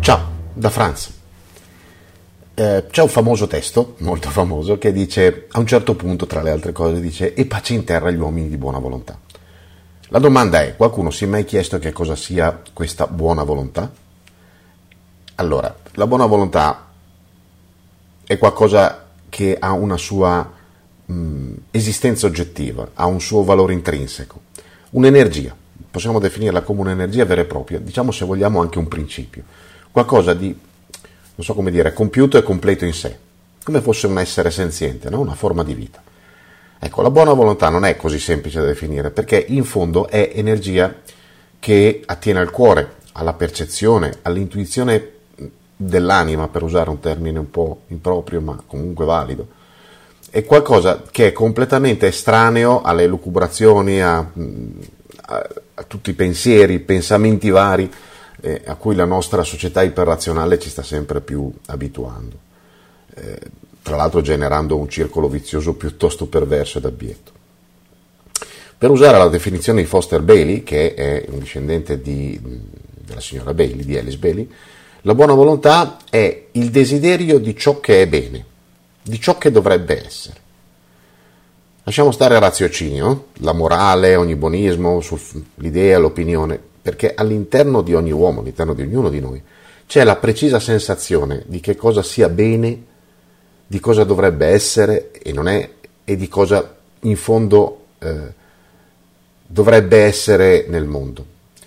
Ciao, da Franz. C'è un famoso testo, molto famoso, che dice, a un certo punto, tra le altre cose, dice: e pace in terra agli uomini di buona volontà. La domanda è: qualcuno si è mai chiesto che cosa sia questa buona volontà? Allora, la buona volontà è qualcosa che ha una sua esistenza oggettiva, ha un suo valore intrinseco, un'energia. Possiamo definirla come un'energia vera e propria, diciamo, se vogliamo, anche un principio, qualcosa di, non so come dire, compiuto e completo in sé, come fosse un essere senziente, no? Una forma di vita. Ecco, la buona volontà non è così semplice da definire, perché in fondo è energia che attiene al cuore, alla percezione, all'intuizione dell'anima, per usare un termine un po' improprio ma comunque valido. È qualcosa che è completamente estraneo alle lucubrazioni, a tutti i pensieri, i pensamenti vari a cui la nostra società iperrazionale ci sta sempre più abituando, tra l'altro generando un circolo vizioso piuttosto perverso ed abietto. Per usare la definizione di Foster Bailey, che è un discendente della signora Bailey, di Alice Bailey, la buona volontà è il desiderio di ciò che è bene, di ciò che dovrebbe essere. Lasciamo stare il raziocinio, la morale, ogni buonismo, l'idea, l'opinione, perché all'interno di ogni uomo, all'interno di ognuno di noi, c'è la precisa sensazione di che cosa sia bene, di cosa dovrebbe essere e non è, e di cosa in fondo dovrebbe essere nel mondo.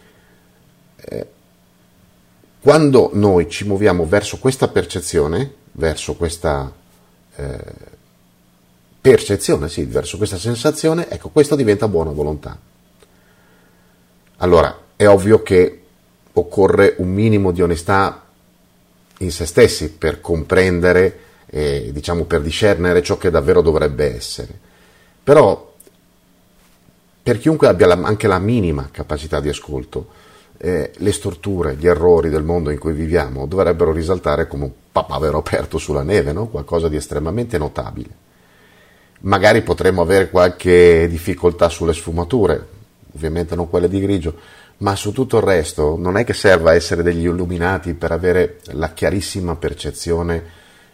Quando noi ci muoviamo verso questa percezione, verso questa verso questa sensazione, ecco, questo diventa buona volontà. Allora, è ovvio che occorre un minimo di onestà in se stessi per comprendere, diciamo, per discernere ciò che davvero dovrebbe essere. Però, per chiunque abbia anche la minima capacità di ascolto, le storture, gli errori del mondo in cui viviamo dovrebbero risaltare come un papavero aperto sulla neve, no? Qualcosa di estremamente notabile. Magari potremmo avere qualche difficoltà sulle sfumature, ovviamente non quelle di grigio, ma su tutto il resto non è che serva essere degli illuminati per avere la chiarissima percezione,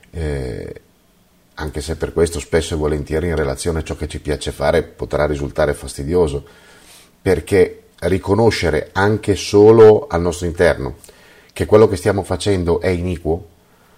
anche se per questo spesso e volentieri in relazione a ciò che ci piace fare potrà risultare fastidioso, perché riconoscere anche solo al nostro interno che quello che stiamo facendo è iniquo,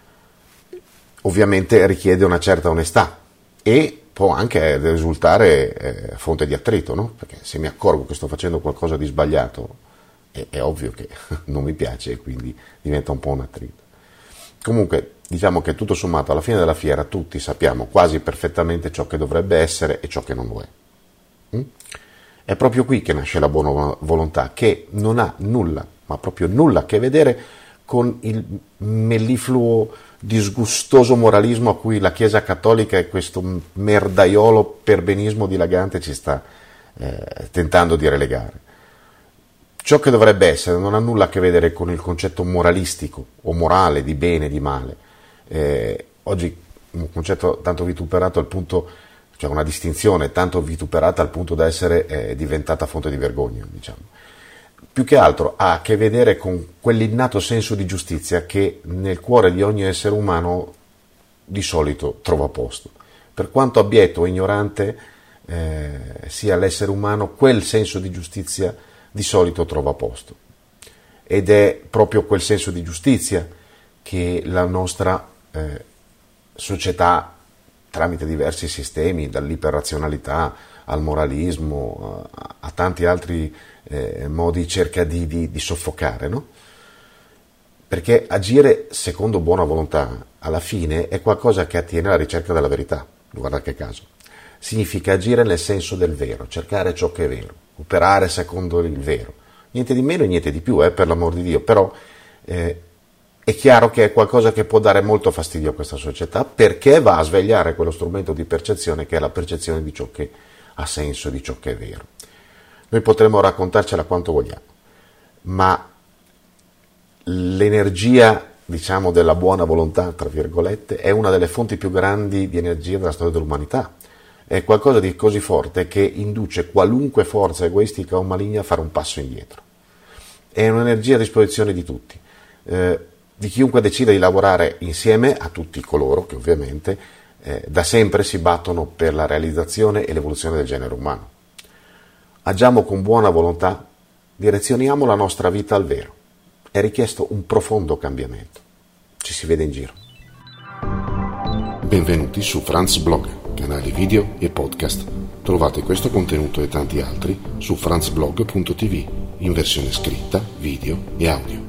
ovviamente richiede una certa onestà e può anche risultare fonte di attrito, no? Perché se mi accorgo che sto facendo qualcosa di sbagliato è ovvio che non mi piace e quindi diventa un po' un attrito. Comunque diciamo che tutto sommato alla fine della fiera tutti sappiamo quasi perfettamente ciò che dovrebbe essere e ciò che non lo è. È proprio qui che nasce la buona volontà, che non ha nulla, ma proprio nulla a che vedere con il mellifluo disgustoso moralismo a cui la Chiesa Cattolica e questo merdaiolo perbenismo dilagante ci sta tentando di relegare. Ciò che dovrebbe essere non ha nulla a che vedere con il concetto moralistico o morale di bene e di male. Oggi un concetto tanto vituperato al punto, cioè una distinzione tanto vituperata al punto da essere diventata fonte di vergogna, diciamo. Più che altro ha a che vedere con quell'innato senso di giustizia che nel cuore di ogni essere umano di solito trova posto. Per quanto abietto o ignorante sia l'essere umano, quel senso di giustizia di solito trova posto. Ed è proprio quel senso di giustizia che la nostra società, tramite diversi sistemi, dall'iperrazionalità al moralismo, a tanti altri modi, cerca di soffocare, no? Perché agire secondo buona volontà, alla fine, è qualcosa che attiene alla ricerca della verità. Guarda che caso. Significa agire nel senso del vero, cercare ciò che è vero, operare secondo il vero. Niente di meno e niente di più, per l'amor di Dio, però è chiaro che è qualcosa che può dare molto fastidio a questa società, perché va a svegliare quello strumento di percezione che è la percezione di ciò che ha senso, di ciò che è vero. Noi potremmo raccontarcela quanto vogliamo, ma l'energia, diciamo, della buona volontà, tra virgolette, è una delle fonti più grandi di energia della storia dell'umanità. È qualcosa di così forte che induce qualunque forza egoistica o maligna a fare un passo indietro. È un'energia a disposizione di tutti. di chiunque decida di lavorare insieme a tutti coloro che ovviamente da sempre si battono per la realizzazione e l'evoluzione del genere umano. Agiamo con buona volontà, direzioniamo la nostra vita al vero. È richiesto un profondo cambiamento. Ci si vede in giro. Benvenuti su Franz Blog, canale video e podcast. Trovate questo contenuto e tanti altri su franzblog.tv in versione scritta, video e audio.